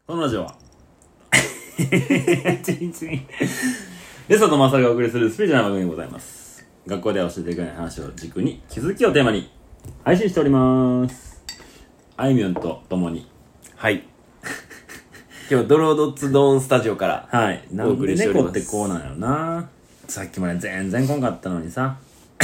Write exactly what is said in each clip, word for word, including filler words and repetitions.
このラジオはレソとマサルがお送りするスピリチュアルな番組でございます。学校では教えていくない話を軸に気づきをテーマに配信しております。あいみょんとともにはい今日ドロードッツドーンスタジオからはいお送りしております。 なんで猫ってこうなんやろな。さっきまで全然来んかったのにさ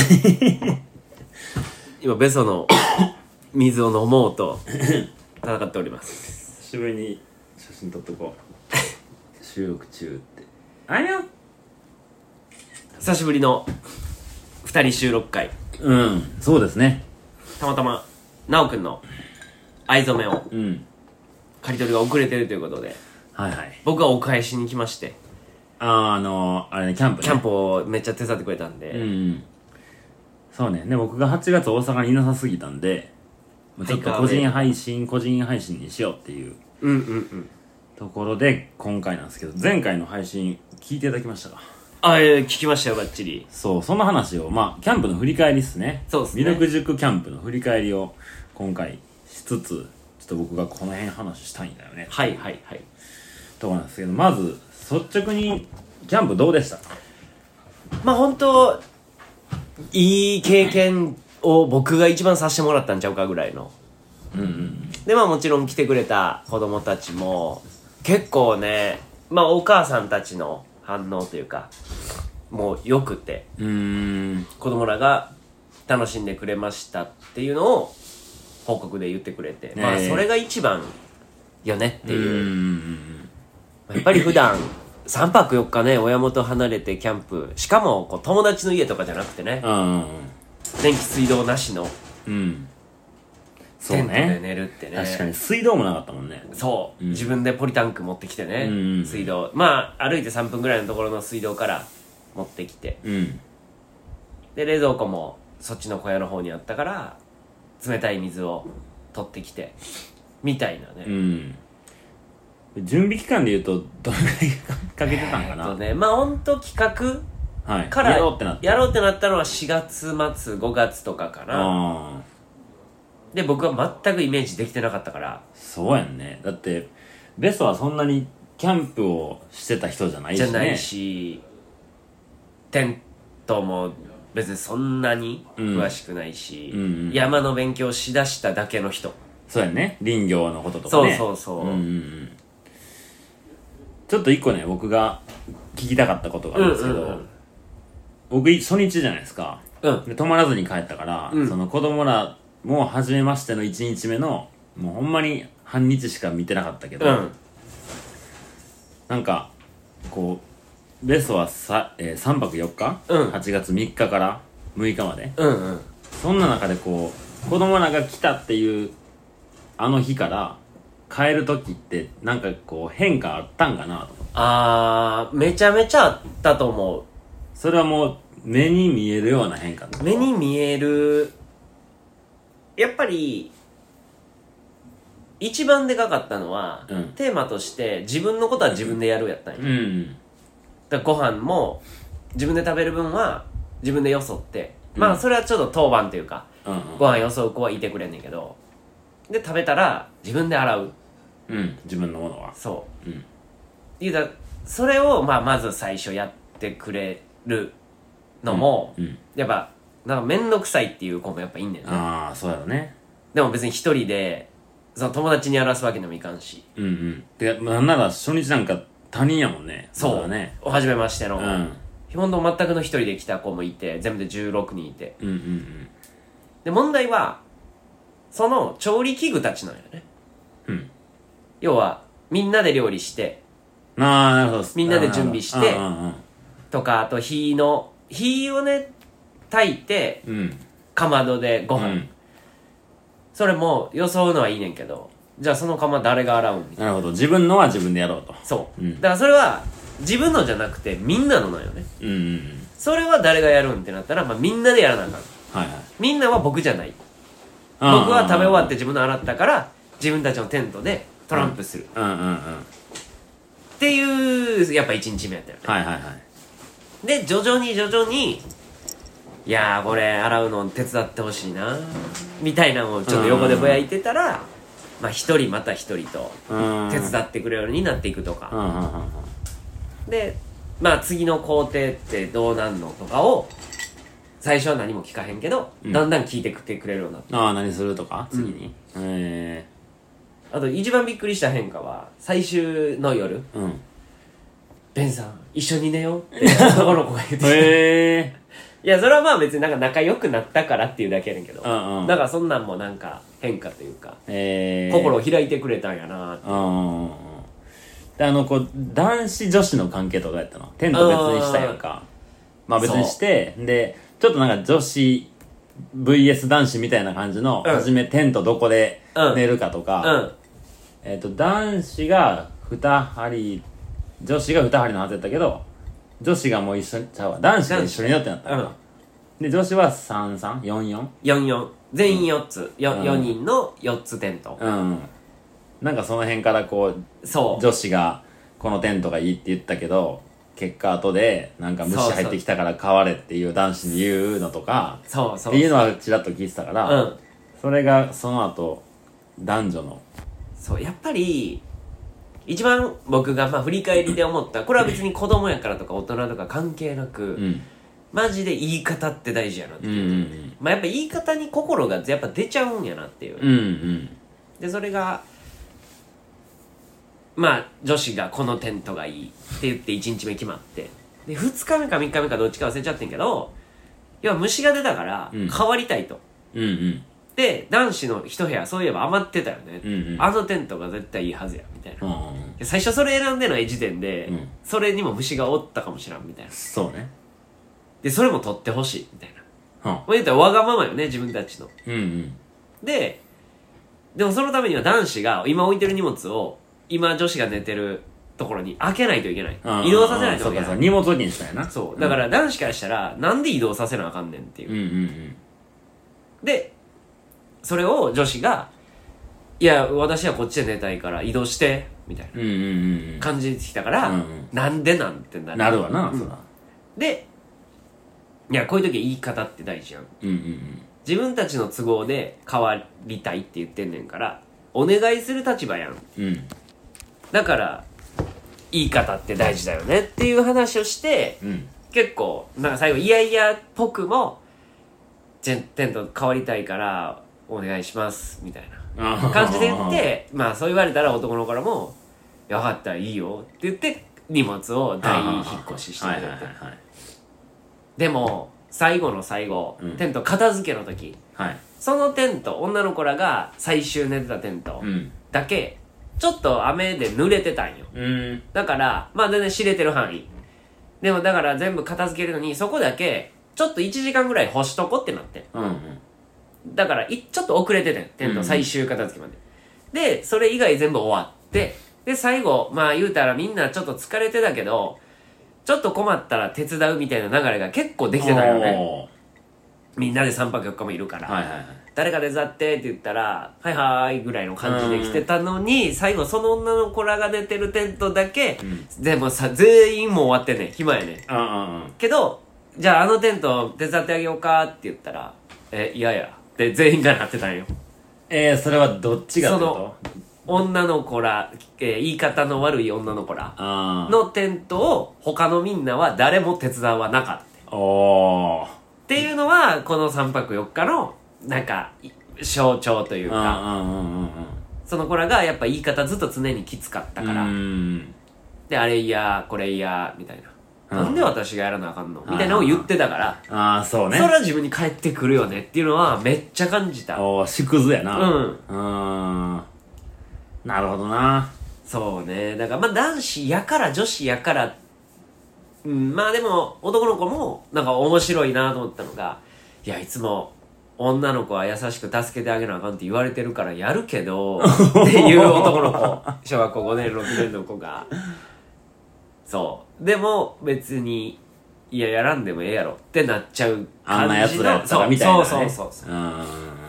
今ベソの水を飲もうと戦っております。 久しぶりに写真撮っとこう収録中ってあいみょん久しぶりのふたり収録会。 うんそうですね。 たまたまなおくんの藍染めをうん刈り取りが遅れてるということで、 はいはい僕はお返しに来まして、 あーあのー、あれねキャンプねキャンプをめっちゃ手伝ってくれたんで、 うんうんそうね。で僕がはちがつ大阪にいなさすぎたんでちょっと個人配信個人配信にしようっていううんうんうんところで今回なんですけど、前回の配信聞いていただきましたか？ あ、えー、聞きましたよバッチリ。 そうその話をまあキャンプの振り返りっすね。 そうっすね。 ミルク塾キャンプの振り返りを今回しつつ、ちょっと僕がこの辺話したいんだよね。 はいはいはい。 とこなんですけど、まず率直にキャンプどうでしたか？ まあ本当いい経験を僕が一番させてもらったんちゃうかぐらいの。 うんうんでまあもちろん来てくれた子供たちも結構ね、まあお母さんたちの反応というかもうよくて、 うーん子供らが楽しんでくれましたっていうのを報告で言ってくれて、まあそれが一番よねっていう。 うんうんやっぱり普段さんぱくよっかね親元離れてキャンプ、しかもこう友達の家とかじゃなくてね、 うんうん電気水道なしのうんそうテントでね。 寝るってね。 確かに水道もなかったもんね。 そう、 うん自分でポリタンク持ってきてね、 うんうんうん水道まあ歩いてさんぷんぐらいのところの水道から持ってきて、 うんで冷蔵庫もそっちの小屋の方にあったから冷たい水を取ってきてみたいなね、 うん準備期間で言うとどれぐらいかけてたんかな。 えーっとねまあほんと企画はいからやろうってなってやろうってなったのはしがつまつごがつとかかな。 ああで僕は全くイメージできてなかったから。 そうやんね。だってベスはそんなにキャンプをしてた人じゃないしね。 じゃないしテントも別にそんなに詳しくないし、 うんうんうん山の勉強しだしただけの人。 そうやんね。林業のこととかね。 そうそうそう、 うんうんうんちょっと一個ね僕が聞きたかったことがあるんですけど、 うんうんうん僕初日じゃないですか。 うんで泊まらずに帰ったから、 うんその子供らも初めましてのいちにちめのもうほんまに半日しか見てなかったけど、 うんなんかこうベストはさ、えー、さんぱくよっか、 うんはちがつみっかからむいかまで、 うんうんそんな中でこう子供らが来たっていうあの日から帰る時ってなんかこう変化あったんかなと思って。 あーめちゃめちゃあったと思う。 それはもう目に見えるような変化だった。 目に見える。やっぱり一番でかかったのは、 うんテーマとして自分のことは自分でやるやったんよ、 うんだからご飯も自分で食べる分は自分でよそって、 うんまあそれはちょっと当番というかうんご飯よそう子はいてくれんねんけど、で食べたら自分で洗う。 うんうん自分のものはそううん言うたらそれをまあまず最初やってくれるのも、 うんやっぱなんか面倒くさいっていう子もやっぱいんねんね。 ああそうやろね。 でも別に一人でその友達にやらすわけにもいかんし、 うんうんでなんなら初日なんか他人やもんね。 そうだね。 お初めましての、 うんほんと全くの一人で来た子もいて全部でじゅうろくにんいて、 うんうんで問題はその調理器具たちなんよね。 うんうん要はみんなで料理してああなるほど。 みんなで準備してうんうんとか、あと火の火をね炊いてうんうんかまどでご飯、 うんそれも装うのはいいねんけど、じゃあその釜誰が洗うんみたいなるほど。自分のは自分でやろうと。 な。そう、 うんだからそれは自分のじゃなくてみんなのなんよね。 うんうんうんそれは誰がやるんってなったら、まあ、みんなでやらなあかん。 はいはい。 みんなは僕じゃない。 あー僕は食べ終わって自分の洗ったから自分たちのテントでトランプする、 うんうんうんっていうやっぱいちにちめやったよね。 はいはいはいで徐々に徐々にいやーこれ洗うの手伝ってほしいなみたいなのをちょっと横でぼやいてたら、 まあ一人また一人と手伝ってくれるようになっていくとか、 うんうんうんうんでまあ次の工程ってどうなんのとかを最初は何も聞かへんけど、 うんだんだん聞いてきてくれるようになって、 ああ何するとか次に、うん、へあと一番びっくりした変化は最終の夜えうんベンさん一緒に寝ようって男の子が言っててへえいやそれはまあ別になんか仲良くなったからっていうだけやねんけど、 うんうんだからそんなんもなんか変化というか、 えー、 心を開いてくれたんやなって。 うんうんうんであのこう男子女子の関係とかやったのテント別にしたやんかまあ別にしてでちょっとなんか女子 ブイエス 男子みたいな感じの、 うん初めテントどこで寝るかとか、 うんえっ、と男子がに針女子がに針のはずやったけど女子がもう一緒にちゃうわ男子が一緒に寝ようってなったの、で女子はさんさんよんよんよんよん全員よっつ、ようんよにんのよっつテント、 うんなんかその辺からこうそう女子がこのテントがいいって言ったけど結果後でなんか虫入ってきたから買われっていう男子に言うのとかそうそうっていうのはちらっと聞いてたから、 うんそれがその後男女のそうやっぱり一番僕がまあ振り返りで思ったこれは別に子供やからとか大人とか関係なく、 うんマジで言い方って大事やなってうんういう、 んまあやっぱ言い方に心がやっぱ出ちゃうんやなっていう、 うんうんでそれがまあ女子がこのテントがいいって言っていちにちめ決まってでふつかめかみっかめかどっちか忘れちゃってんけど要は虫が出たからうん変わりたいと、 うんうんで男子の一部屋そういえば余ってたよね、 うんうんあのテントが絶対いいはずやみたいな、 うんで最初それ選んでない時点で、 うんそれにも虫がおったかもしらんみたいなそうねでそれも取ってほしいみたいなうんもう言ったらわがままよね自分たちのうんうんででもそのためには男子が今置いてる荷物を今女子が寝てるところに開けないといけないうん移動させないとそういけないかそう荷物置きにしたんやなそうだから男子からしたらなんで移動させなあかんねんっていう、 うんうんうんでそれを女子がいや私はこっちで寝たいから移動してみたいなうんうんうんうん感じできたから、 うんうんなんでなんてなるなるわな、 うんそらでいやこういう時言い方って大事やんうんうん自分たちの都合で変わりたいって言ってんねんからお願いする立場やんうんうんだから言い方って大事だよねっていう話をしてうん結構なんか最後いやいやっぽくもテント変わりたいからお願いしますみたいな感じで言ってまあそう言われたら男の子からも「分かったいいよ」って言って荷物を大引っ越ししてくれて、 はいはいはいはいでも最後の最後、 うんテント片付けの時はいそのテント女の子らが最終寝てたテントうんだけちょっと雨で濡れてたんようんだからまあ全然知れてる範囲でもだから全部片付けるのにそこだけちょっといちじかんぐらい干しとこってなってうんうんだからいちょっと遅れててんテント最終片付けまで、でそれ以外全部終わってで最後まあ言うたらみんなちょっと疲れてたけどちょっと困ったら手伝うみたいな流れが結構できてたよねおみんなでさんぱくよっかもいるから、 ーはいはいはい誰か手伝ってって言ったらはいはーいぐらいの感じで来てたのに最後その女の子らが寝てるテントだけ、 うんでもさ全員もう終わってんねん暇やねんうんうんうんけどじゃああのテント手伝ってあげようかって言ったらえ嫌やって全員がなってたんよえー、それはどっちがってこと女の子ら、えー言い方の悪い女の子らあのテントを他のみんなは誰も手伝わなかったあおーっていうのはこのさんぱくよっかのなんか象徴といううんうんかうんうんうんその子らがやっぱ言い方ずっと常にきつかったから、 うーんであれ嫌これ嫌みたいな、 うんなんで私がやらなあかんのみたいなのを言ってたからああそうねそれは自分に返ってくるよねっていうのはめっちゃ感じたおー縮図やなうんうーんなるほどなそうねだからまあ男子やから女子やからうんまあでも男の子もなんか面白いなと思ったのがいやいつも女の子は優しく助けてあげなあかんって言われてるからやるけどっていう男の子小学校ごねんろくねんの子がそうでも別にいややらんでもええやろってなっちゃうあんな感じの奴らやったらみたいなねそうそうそうそううーんは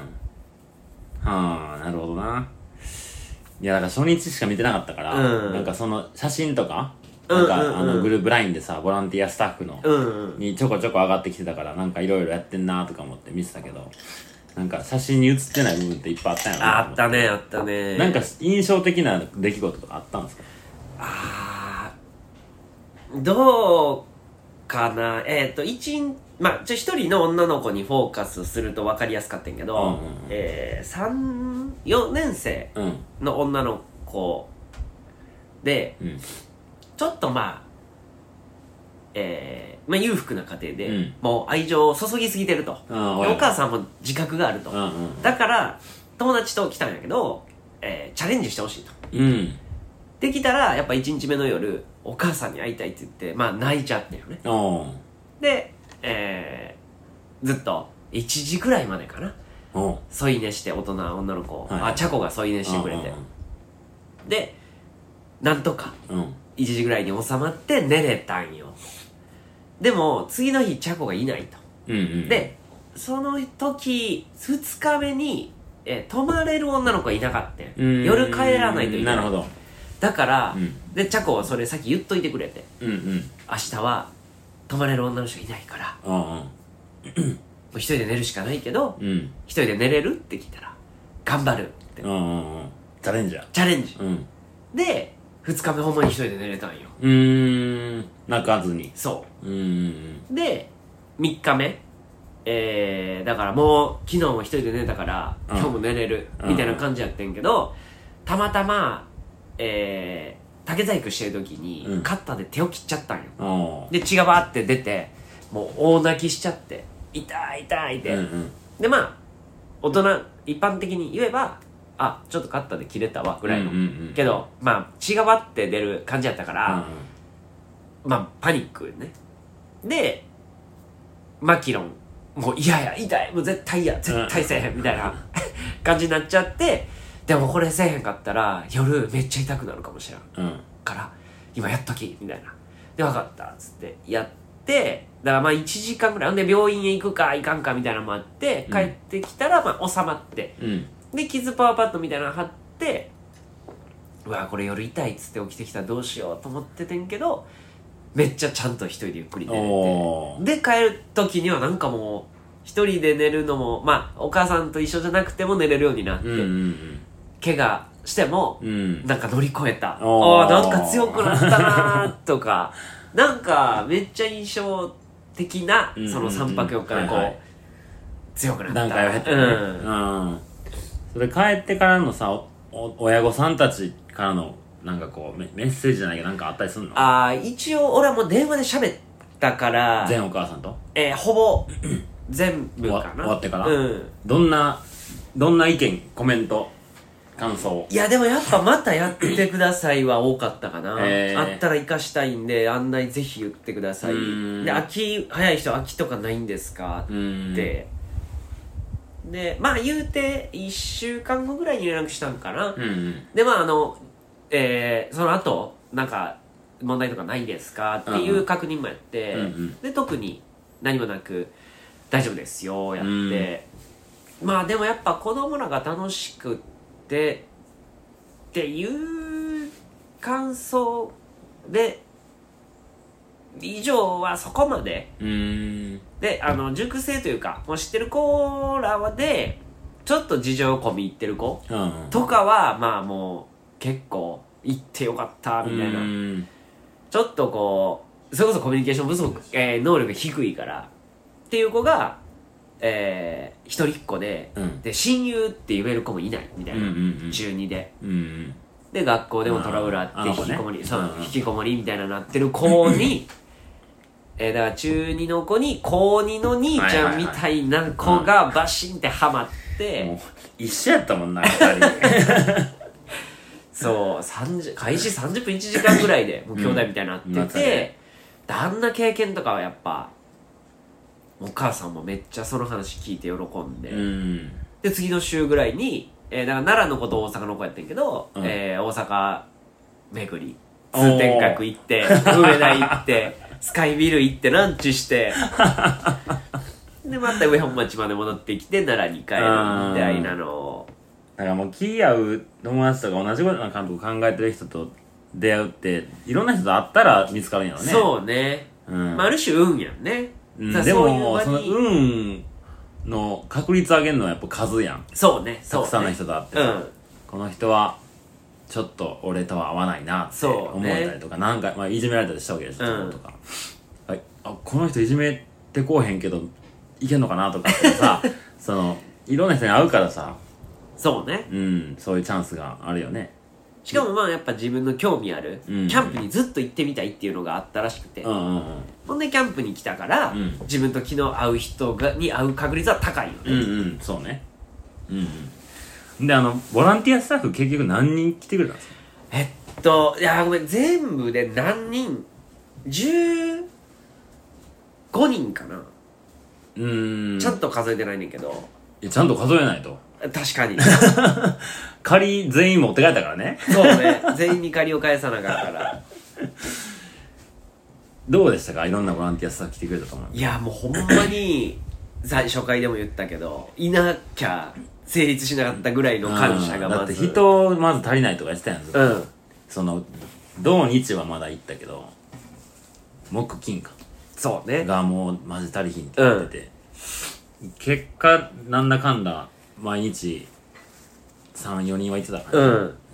あなるほどないやだから初日しか見てなかったから、 うんなんかその写真とかうんなんか、 うんうんあのグループラインでさボランティアスタッフの、 うんうんにちょこちょこ上がってきてたからなんかいろいろやってんなとか思って見てたけどなんか写真に写ってない部分っていっぱいあったんやろあったねあったね。 なんか印象的な出来事とかあったんですか？ あーどうかな。えっ、ー、と一日まあ、一人の女の子にフォーカスすると分かりやすかったんやけど、 うんうんうんえー、さん、よねん生の女の子で、 うん、 ちょっとまあ、えー、まあ裕福な家庭で、 うん、 もう愛情を注ぎすぎてると。お母さんも自覚があると。 うんうん、 だから、友達と来たんやけど、えー、チャレンジしてほしいと。 うん。 できたら、やっぱいちにちめの夜、お母さんに会いたいって言って、まあ泣いちゃってよね。で、えー、ずっといちじくらいまでかな添い寝して、大人女の子、はい、あチャコが添い寝してくれて、でなんとかいちじぐらいに収まって寝れたんよ。でも次の日チャコがいないと、 うんうん、でその時ふつかめに、えー、泊まれる女の子がいなかった。夜帰らないといけない。なるほど。だから、うん、でチャコはそれさっき言っといてくれて、うんうん、明日は泊まれる女の人いないから、うんうん、もう一人で寝るしかないけど、うん、一人で寝れるって聞いたら頑張るって、うんうんうん、 チャレンジャーチャレンジ、うん、でふつかめほんまに一人で寝れたんよ。 うーん泣かずに。 そううーんでみっかめ、えー、だからもう昨日も一人で寝たから、うん、今日も寝れるみたいな感じやってんけど、うん、たまたまえー竹細工してる時に、うん、カッターで手を切っちゃったんよ。で血がバーって出てもう大泣きしちゃって痛い痛いって、うんうん、でまあ大人一般的に言えばあちょっとカッターで切れたわぐらいの、うんうんうん、けどまあ血がバッて出る感じやったから、うんうん、まあパニックね。でマキロンもういやいや痛いもう絶対嫌絶対せえへんみたいな感じになっちゃって、でもこれせえへんかったら夜めっちゃ痛くなるかもしれん、うん、から今やっときみたいな。で分かったっつってやって、だからまあいちじかんぐらいで病院へ行くか行かんかみたいなのもあって帰ってきたらまあ収まって、うん、で傷パワーパッドみたいなの貼って、うわこれ夜痛いっつって起きてきたらどうしようと思っててんけど、めっちゃちゃんと一人でゆっくり寝れて、で帰る時にはなんかもう一人で寝るのもまあお母さんと一緒じゃなくても寝れるようになって、うんうんうん、怪我しても、うん、なんか乗り越えた、ああなんか強くなったなとかなんかめっちゃ印象的な、うんうんうん、そのさんぱくよっかでこう、はいはい、強くなった段階を経てね、うんうん、それ帰ってからのさ お, お親御さんたちからのなんかこう メ, メッセージじゃないけどなんかあったりするの？ ああ一応俺はもう電話で喋ったから全お母さんとえー、ほぼ全部かな終わってから、うん、どんなどんな意見コメント感想？ いやでもやっぱまたやってくださいは多かったかな、えー、あったら生かしたいんで案内ぜひ言ってください。で秋早い人空きとかないんですかってでまあ言うていっしゅうかんごぐらいに連絡したんかな、うんうん、でまああの、えー、その後なんか問題とかないですかっていう確認もやって、うんうん、で特に何もなく大丈夫ですよやって、うん、まあでもやっぱ子供らが楽しくってっていう感想で以上はそこまで、うーんであの塾生というかもう知ってる子らでちょっと事情込み入ってる子とかは、うん、まあもう結構行ってよかったみたいな、ちょっとこうそれこそコミュニケーション不足、えー、能力が低いからっていう子が、えー、一人っ子で、うん、で親友って言える子もいないみたいな、うんうんうん、中にで、うんうん、で学校でもトラブルあって引きこもり、ね、そう、うんうん、引きこもりみたいななってる子にえー、だから中にの子に高にの兄ちゃんみたいな子がバシンってハマって、はいはいはい、もう一緒やったもんなふたりそうさんじゅう開始さんじゅっぷんいちじかんぐらいでもう兄弟みたいになってて、うんね、あんな経験とかはやっぱお母さんもめっちゃその話聞いて喜んで、うん、で次の週ぐらいに、えー、だから奈良の子と大阪の子やってんけど、うんえー、大阪巡り通天閣行って上田行ってスカイビル行ってランチしてでまた上本町まで戻ってきて奈良に帰るみたいなのをだからもう気合う友達とか同じことな感覚考えてる人と出会うっていろんな人と会ったら見つかるんやろね。 そうね、うんまあ、ある種運やんね、 うん、でもその運の確率上げるのはやっぱ数やん。 そうねそうねたくさんの人と会ってさ、 うんこの人はちょっと俺とは合わないなって思えたりとか、なんか、まあ、いじめられたりしたわけでしょ、 うんとか、はい、あこの人いじめてこうへんけどいけんのかなとかってさそのいろんな人に会うからさ、 そうねうんそういうチャンスがあるよね。 しかもまあやっぱ自分の興味ある、 うんキャンプにずっと行ってみたいっていうのがあったらしくて、 うんうんうんほんでキャンプに来たから、 うん自分と昨日会う人がに会う確率は高いよね、 うんうんそうね。うんうんであのボランティアスタッフ結局何人来てくれたんですか？ えっといやごめん全部で何人じゅうごにんかな、 うーんちゃんと数えてないねんけどいやちゃんと数えないと確かに仮全員持って帰ったからね。 そうね全員に借りを返さなかったからどうでしたか？いろんなボランティアスタッフ来てくれたと思う。 いやもうほんまに最初回でも言ったけどいなきゃ成立しなかったぐらいの感謝がまず、 だって人まず足りないとか言ってたやん、ずっとうんその土日はまだ行ったけど木金かそうねがもうマジ足りひんって言ってて、結果なんだかんだ毎日さん、よにんは行ってたからね。 うんうん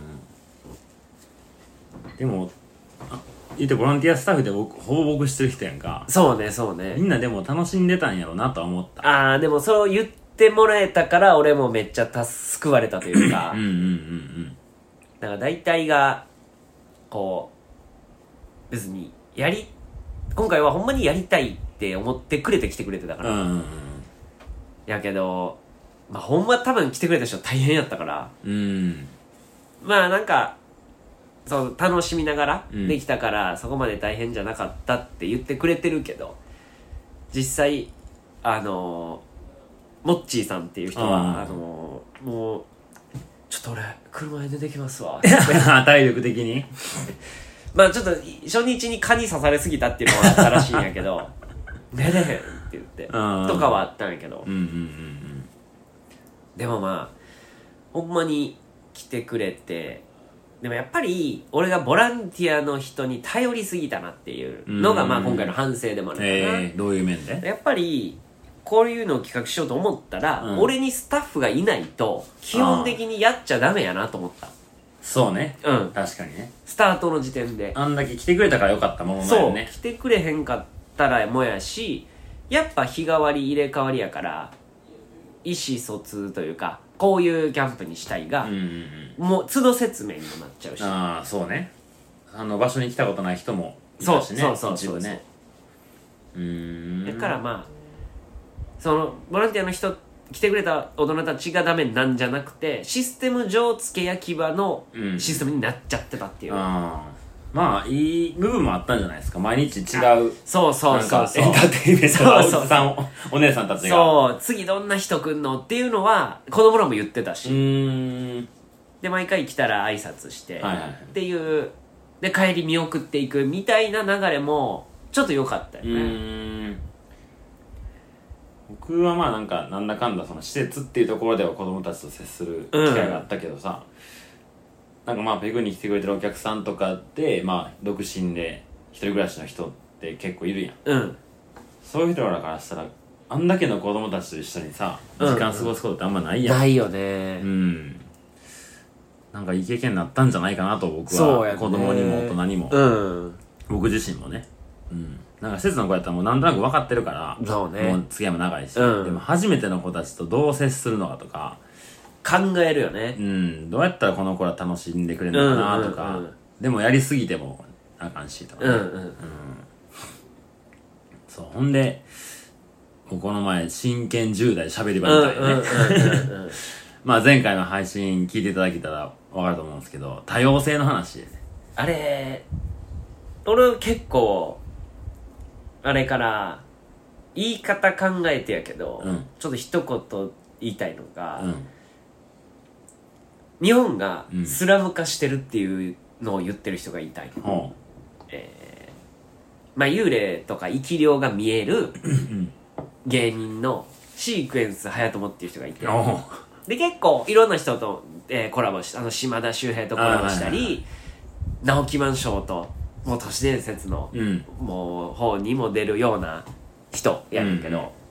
でもあ言ってボランティアスタッフで僕ほぼ僕してる人やんか。 そうねそうみねんなでも楽しんでたんやろうなとは思った。 ああでもそう言ってもらえたから俺もめっちゃた救われたというかうんうんうんだから大体がこう別にやり今回はほんまにやりたいって思ってくれて来てくれてたから、 うんうんうんやけどまあほんま多分来てくれた人大変やったからうんまあなんかそう楽しみながらうんできたから、そこまで大変じゃなかったって言ってくれてるけど実際あのモッチーさんっていう人は、 うんあのもうちょっと俺車で出てきますわ体力的にまあちょっと初日に蚊に刺されすぎたっていうのはあったらしいんやけど出れへんって言ってとうんかはあったんやけど、 うんうんうんでもまあほんまに来てくれてでもやっぱり俺がボランティアの人に頼りすぎたなっていうのがうんまあ今回の反省でもあるかな、 えー、どういう面で？ やっぱりこういうのを企画しようと思ったら、 うん俺にスタッフがいないと基本的にやっちゃダメやなと思ったそうね、 うん確かにね。 スタートの時点であんだけ来てくれたからよかったものだそう、 よね。 来てくれへんかったらもやしやっぱ日替わり入れ替わりやから意思疎通というかこういうキャンプにしたいが、 うんうんうん。 もう都度説明にもなっちゃうしああそうね。あの場所に来たことない人もいそうたしね。 そうそうそう一部ね。うーん。 だからまあそのボランティアの人来てくれた大人たちがダメなんじゃなくてシステム上付け焼き場のうんシステムになっちゃってたっていう、 ああまあいい部分もあったんじゃないですか。毎日違うそうそうそうそうなんかエンターテインメントのおじそうそうさんおお姉さんたちがそう次どんな人来んのっていうのは子供らも言ってたし、 うーんで毎回来たら挨拶して、 はいはいはいっていうで帰り見送っていくみたいな流れもちょっと良かったようね。 ーん僕はまあなんかなんだかんだその施設っていうところでは子供たちと接する機会があったけどさ、なんかまあペグに来てくれてるお客さんとかでまあ独身で一人暮らしの人って結構いるやん。 うんそういう人らからしたらあんだけの子供たちと一緒にさ時うん間過ごすことってあんまないやん。 ないよね、 うんなんかいい経験になったんじゃないかなと僕そうやねは子供にも大人にも、 うん僕自身もね、うん、なんか施設の子やったらもうなんとなく分かってるからそうねもう付き合いも長いし、 うんでも初めての子たちとどう接するのかとか、 考えるよねう。ん、どうやったらこの子ら楽しんでくれるのかなとか、 うんうんうんでもやりすぎてもあかんしとかね、 うんうんそうほんでもうこの前真剣じゅう代しゃべり場うんみたいなね、 うんうんうんうんまあ前回の配信聞いていただけたら分かると思うんですけど多様性の話でねあれ俺結構あれから言い方考えてやけど、 うんちょっと一言言いたいのが、 うん日本がうんスラム化してるっていうのを言ってる人がいたいの、 ほまあ幽霊とか生き量が見えるん芸人のシークエンス隼人っていう人がいて、 うおうで結構いろんな人と、えーコラボしてあの島田秀平とコラボしたり、 はいはいはい直木マンショーともう都市伝説の、 うんもう方にも出るような人やねんけど、 うんうん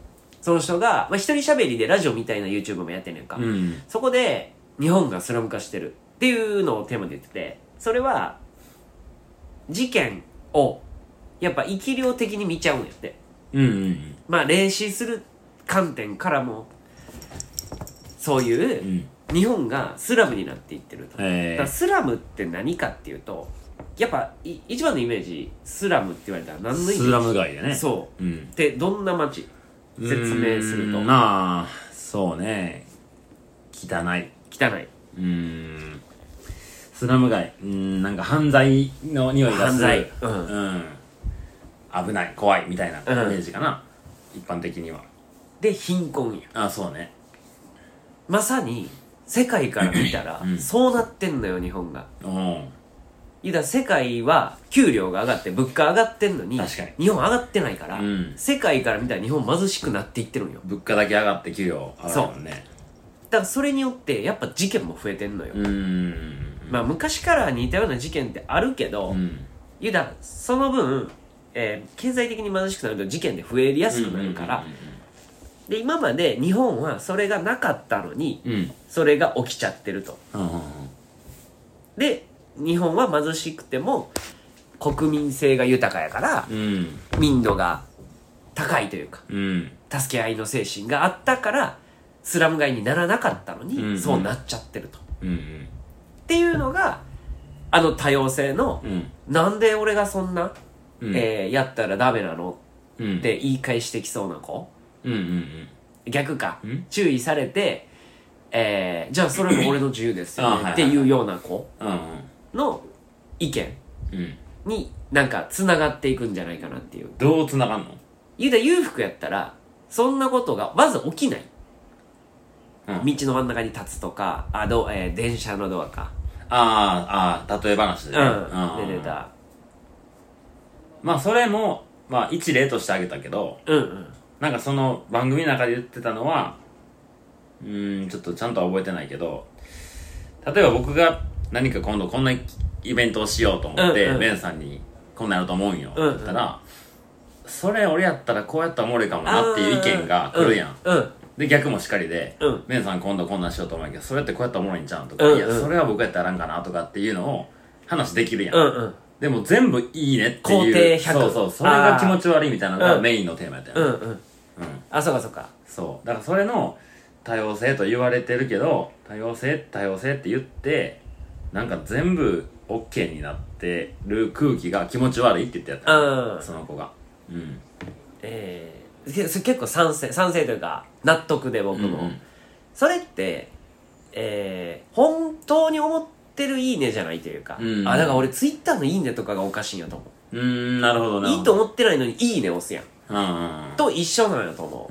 その人が、まあ、一人喋りでラジオみたいな YouTube もやってんねんか、 うん、 そこで日本がスラム化してるっていうのをテーマで言ってて、それは事件をやっぱ生き量的に見ちゃうんやって、 うんうんうん、 まあ霊視する観点からもそういう、うん日本がスラムになっていってると。だからスラムって何かっていうと、やっぱい一番のイメージ、スラムって言われたら何のイメージ？ スラム街でね。 そう。 うん、 で、どんな街？説明すると。 まあ、そうね。汚い。 汚い。 うーん。スラム街。うん、なんか犯罪の匂いがする。 犯罪。うん。 うん。危ない、怖いみたいなイメージかな。うん、一般的には。 で、貧困や。 あ、そうね。 まさに、世界から見たら、うん、そうなってんのよ日本が。うん。言うたら世界は給料が上がって物価上がってんのに、 確かに日本上がってないから、 うん、 世界から見たら日本貧しくなっていってるんよ。 物価だけ上がって給料上がるもんね。 そうだからそれによってやっぱ事件も増えてんのよ。 うーん。 まあ昔から似たような事件ってあるけど、うん、言うたらその分、えー、経済的に貧しくなると事件で増えやすくなるから。で今まで日本はそれがなかったのに、うん、それが起きちゃってると、うん、で日本は貧しくても国民性が豊かやから、うん、民度が高いというか、うん、助け合いの精神があったからスラム街にならなかったのに、うんうん、そうなっちゃってると、うんうん、っていうのがあの多様性の、うん、なんで俺がそんな、うんえー、やったらダメなの、うん、って言い返してきそうな子、うんうんうん、逆か、うん、注意されて、えー、じゃあそれも俺の自由ですよねっていうような子の意見になんかつながっていくんじゃないかなっていう。 どうつながんの？ 言うたら裕福やったらそんなことがまず起きない、うん、道の真ん中に立つとかあど、えー、電車のドアかあーあー例え話でね、 うん、で出たまあそれもまあ一例としてあげたけど、うんうんなんかその番組の中で言ってたのはうーんちょっとちゃんとは覚えてないけど例えば僕が何か今度こんなイベントをしようと思って、うんうん、ベンさんにこんなんやると思うんよって言ったら、うんうん、それ俺やったらこうやったらおもろいかもなっていう意見が来るやん、うんうん、で逆もしかりで、うん、ベンさん今度こんなんしようと思うんやけどそれってこうやったらおもろいんちゃうんとか、うんうん、いやそれは僕やったらやらんかなとかっていうのを話できるやん、うんうんでも全部いいねっていう肯定ひゃくそうそうそれが気持ち悪いみたいなのがメインのテーマやったよね、 うんうんうんあ、そうかそうかそうだからそれの多様性と言われてるけど多様性多様性って言ってなんか全部 OK になってる空気が気持ち悪いって言ってやった、うん、その子がうんえー、結構賛成賛成というか納得で僕も、うんうん、それってえー、本当に思ってるいいねじゃないというか、うんうん、あだから俺ツイッターのいいねとかがおかしいんやと思ううーんなるほどないいと思ってないのにいいね押すやんうんうんうん、 と一緒なんやと思う、 うん、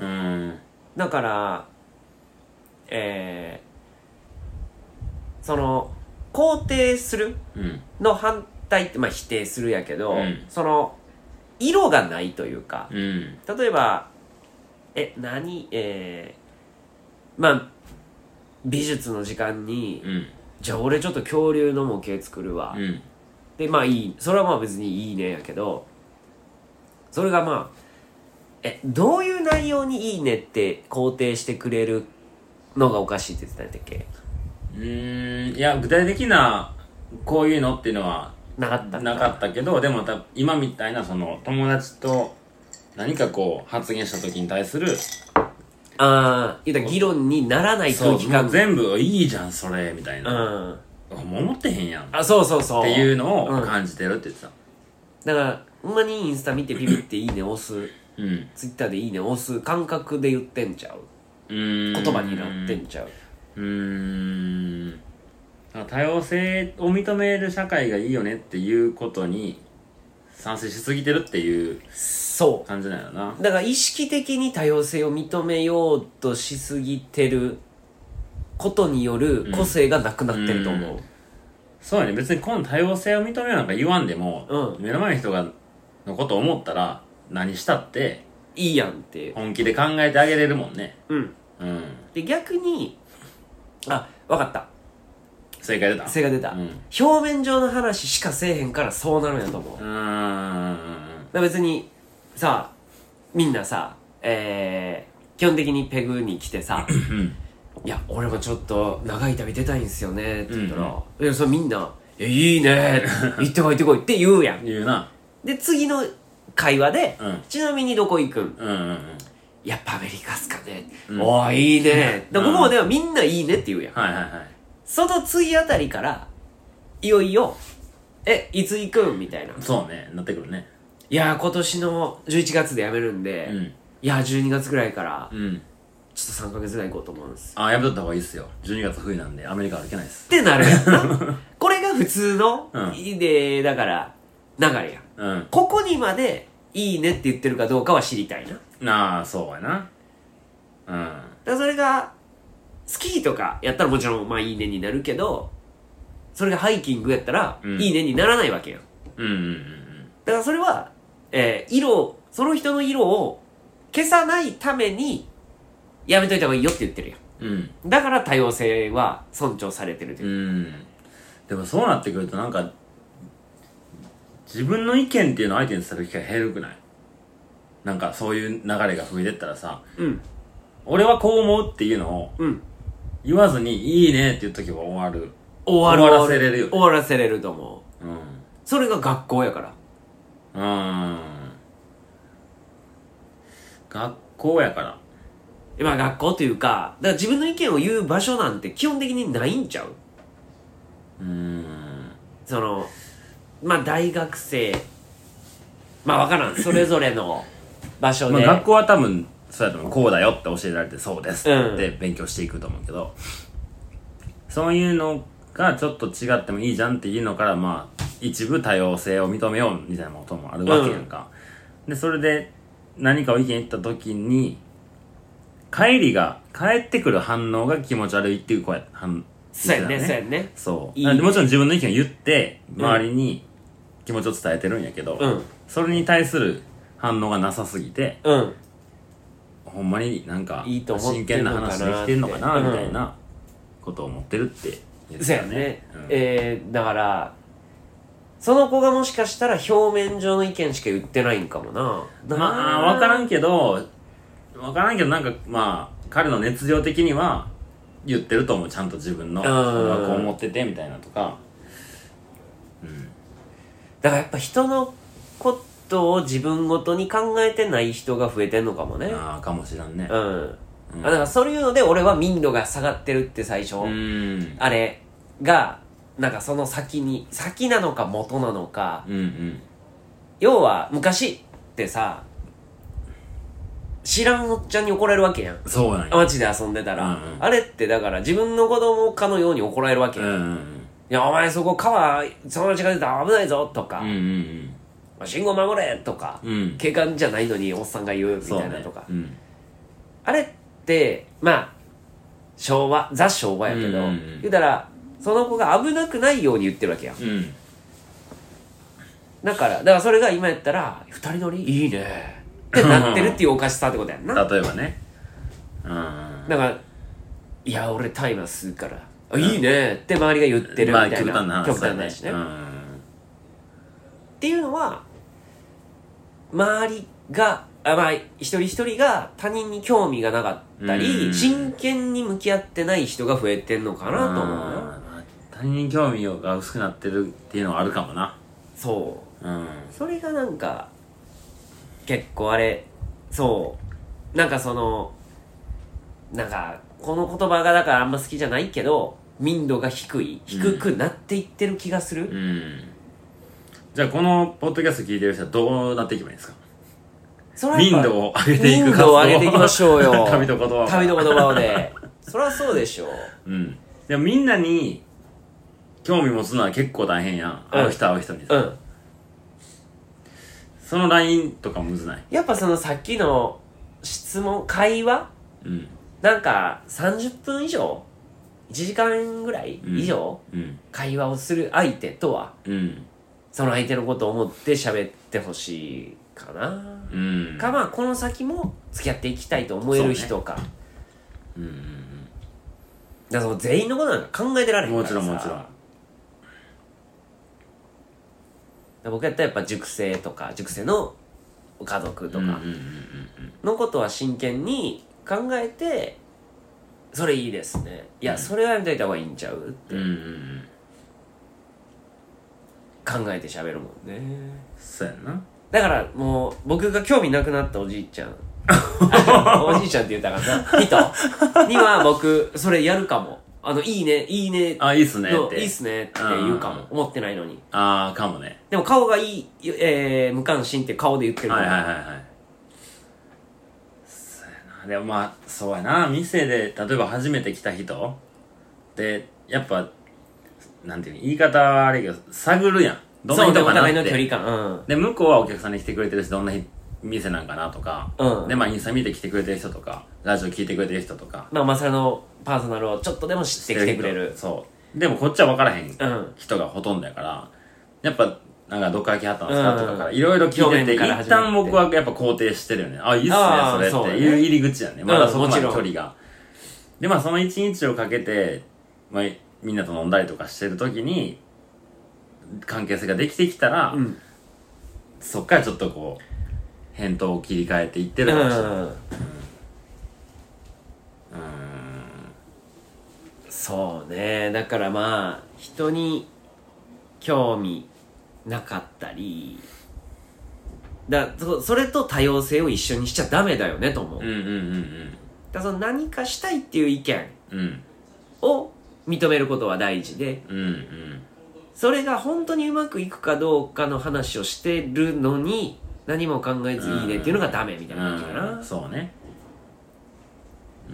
だからえー、その肯定するの反対って、まあ、否定するやけど、うん、その色がないというか、うん、例えばえ何えー、まあ美術の時間に、うん、じゃあ俺ちょっと恐竜の模型作るわ、うん、でまあいいそれはまあ別にいいねやけどそれがまあえどういう内容にいいねって肯定してくれるのがおかしいって言ってたんだっけうーんいや具体的なこういうのっていうのはなかったなかったけどでもた今みたいなその友達と何かこう発言した時に対するああ言うたら議論にならない空気感全部いいじゃんそれみたいな、うん、もう思ってへんやんあそうそうそうっていうのを感じてるって言ってた、 うん、だからほんまにインスタ見てピピっていいね押すうん、ツイッターでいいね押す感覚で言ってんちゃううーん言葉になってんちゃううーん多様性を認める社会がいいよねっていうことに賛成しすぎてるっていうそう感じなんやなだから意識的に多様性を認めようとしすぎてることによる個性がなくなってると思う、うんうん、 そうやね別にこの多様性を認めようなんか言わんでも、うん、目の前の人がのことを思ったら何したっていいやんって本気で考えてあげれるもんねうんうんで逆にあ分かった正解出た正解出た、うん、表面上の話しかせえへんからそうなるんやと思ううーん別にさみんなさえ基本的にペグに来てさうんいや俺もちょっと長い旅出たいんすよねって言ったら、 うんいやそれみんな「いやいいね行ってこい行ってこい」って言うやん。 言うな。 で次の会話で、 うんちなみにどこ行くん、 うんうんうん。 やっぱアメリカっすかね、 うんおーいいね、でうんここまではみんないいねって言うやん、 はいはいはい。 その次あたりからいよいよえいつ行くんみたいな、 そうね、なってくるね。 いやー今年のじゅういちがつで辞めるんで、 うんいやーじゅうにがつぐらいからうんちょっとさんかげつぐらい行こうと思うんですあ、やめとった方がいいっすよ。じゅうにがつ冬なんでアメリカ歩けないっす。 ってなるやんなこれが普通の、 うんいいねだから流れやん。 うん。 ここにまでいいねって言ってるかどうかは知りたいな。だかなあ、そうやな。うんらそれがスキーとかやったらもちろんまあいいねになるけど、それがハイキングやったら、 うんいいねにならないわけやん。 うんうんうんだからそれは、えー、色その人の色を消さないためにやめといた方がいいよって言ってるやうんうんん。だから多様性は尊重されてるというう、 ん。でもそうなってくるとなんか自分の意見っていうのを相手に伝える機会減るくない？なんかそういう流れが増えてったらさ、 うん俺はこう思うっていうのをうん言わずにいいねって言っとけば終わる。 終わる終わらせれるよね終わらせれると思う。 うんそれが学校やからうーん学校やからまあ学校というか、だから自分の意見を言う場所なんて基本的にないんちゃう？ うーんその、まあ大学生、まあわからん、それぞれの場所で。 まあ学校は多分そうやと思う。こうだよって教えられてそうですうんって勉強していくと思うけど、そういうのがちょっと違ってもいいじゃんっていうのからまあ一部多様性を認めようみたいなこともあるわけやんか、でそれで何かを意見言った時に帰りが帰ってくる反応が気持ち悪いっていう声反そうやね、 言ってたそうやね。 そういいなんでもちろん自分の意見を言って周りに気持ちを伝えてるんやけど、 うん。 それに対する反応がなさすぎてうん。 ほんまになんかいいと思っ真剣なてんのかな話できてんのかなってみたいなことを思ってるって言ってそうたよねやね。 うんえー、だから、その子がもしかしたら表面上の意見しか言ってないんかもな。 まあ分からんけど分からんけどなんかまあ彼の熱量的には言ってると思う。ちゃんと自分のうん俺はこう思っててみたいなとかだからやっぱ人のことを自分ごとに考えてない人が増えてんのかもね。 ああかもしらんねうん。 うんあだからそういうので俺は民度が下がってるって最初、 うんあれが、なんかその先に、先なのか元なのか、 うんうん要は昔ってさ、知らんおっちゃんに怒られるわけやん。 そうなんや街で遊んでたら、 うんうんあれってだから自分の子供かのように怒られるわけやん。いうんうんや、お前そこ川、友達が出たら危ないぞとか、 うんうん信号守れとか、 うんうん警官じゃないのにおっさんが言うみそうねたいなとか。 うんあれって、まあ、昭和、ザ昭和やけど、 うんうんうん言うたら、その子が危なくないように言ってるわけやん。 うんだから、だからそれが今やったら、二人乗りいいねってなってるっていうおかしさってことやんな。だか例えばねうんら、いや、俺タイマー吸うから、あいいねって周りが言ってるみまあたいな。 極端な話だね極端な話ね。っうんていうのは、周りが、あまあ、一人一人が他人に興味がなかったうり、 ん真剣に向き合ってない人が増えてんのかなと思うな。 あー他人に興味が薄くなってるっていうのはあるかもなそう。 うんそれがなんか結構あれそうなんかそのなんかこの言葉がだからあんま好きじゃないけど民度が低い低くなっていってる気がする、 うんじゃあこのポッドキャスト聞いてる人はどうなっていけばいいんですか？ それはやっぱ民度を上げていく民度を上げていきましょうよ旅と言葉を旅の言葉をでそりゃそうでしょう。 うんでもみんなに興味持つのは結構大変やん、会う人会う人にさ、 うんそのラインとかむずない？ やっぱそのさっきの質問会話うんなんかさんじゅっぷん以上いちじかんぐらい以上、 うん会話をする相手とはうんその相手のことを思って喋ってほしいかな、 うんかまあこの先も付き合っていきたいと思える人か、 うんうんだからその全員のことなんか考えてられへんからさもちろんもちろん僕やったらやっぱ塾生とか塾生の家族とかうんうんうんうんのことは真剣に考えてそれいいですね、いや、うん、それはやめといた方がいいんちゃうって、うんうんうん、考えて喋るもんね。 そうやな。 だからもう僕が興味なくなったおじいちゃんおじいちゃんって言ったかな人には僕それやるかも。あのいいねいいねあいいっすねっていいっすねって言うかも、思ってないのに。 ああかもね。 でも顔がいい、えー、無関心って顔で言ってるから。はいはいはいはい。 そうやな。でもまあそうやな、店で例えば初めて来た人でやっぱなんていうの、言い方はあれやけど探るやん、どんな人かなって。そう、お互いの距離感、うん、で向こうはお客さんに来てくれてるしどんな店なんかなとか、うん、でまあインスタ見て来てくれてる人とかラジオ聞いてくれてる人とか、 まあまさのパーソナルをちょっとでも知ってきてくれる。 そうでもこっちは分からへん人がほとんどやから、やっぱなんかどっから来はったんですかとかからいろいろ聞いてて、一旦僕はやっぱ肯定してるよね。あ、いいっすねそれっていう入り口やね、まだそこまで距離が。でまあその一日をかけて、まあ、みんなと飲んだりとかしてる時に関係性ができてきたら、うん、そっからちょっとこう返答を切り替えていってるかもしれない。うん、うん、 そうね。だからまあ人に興味なかったりだ、そそれと多様性を一緒にしちゃダメだよねと思う。うんうんうんうん。だからその何かしたいっていう意見を認めることは大事で、うんうん、それが本当にうまくいくかどうかの話をしてるのに何も考えずいいねっていうのがダメみたいな感じかな、 うんうん、そうね。うん、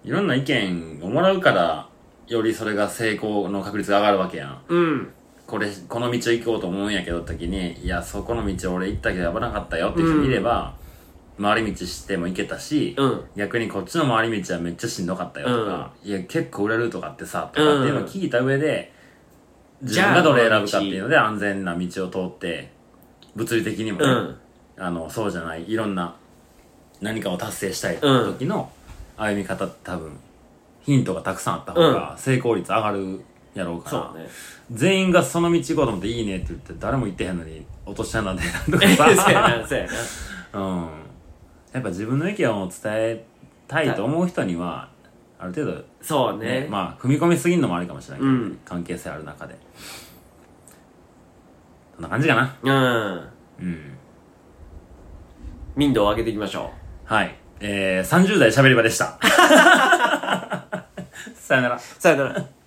いろんな意見をもらうからよりそれが成功の確率が上がるわけやん。うん、これこの道を行こうと思うんやけど時に、いやそこの道俺行ったけど危なかったよって人見れば、うん、回り道しても行けたし、うん、逆にこっちの回り道はめっちゃしんどかったよとか、うん、いや結構売れるとかってさとかっていうのを聞いた上で、うん、自分がどれ選ぶかっていうので安全な道を通って物理的にもね、うん、あのそうじゃないいろんな何かを達成したい時の歩み方って多分ヒントがたくさんあった方が成功率上がるやろうから、うんね、全員がその道行こうと思っていいねって言って誰も言ってへんのに落としちゃうんだってなんとかさそうやなそうやな、うん、やっぱ自分の意見を伝えたいと思う人にはある程度、ね、 そうね、 まあ踏み込みすぎるのもあるかもしれないけど、うん、関係性ある中でそんな感じかな。うん、うん、 民度を上げていきましょう。はい、えー、さんじゅう代しゃべり場でしたさよならさよなら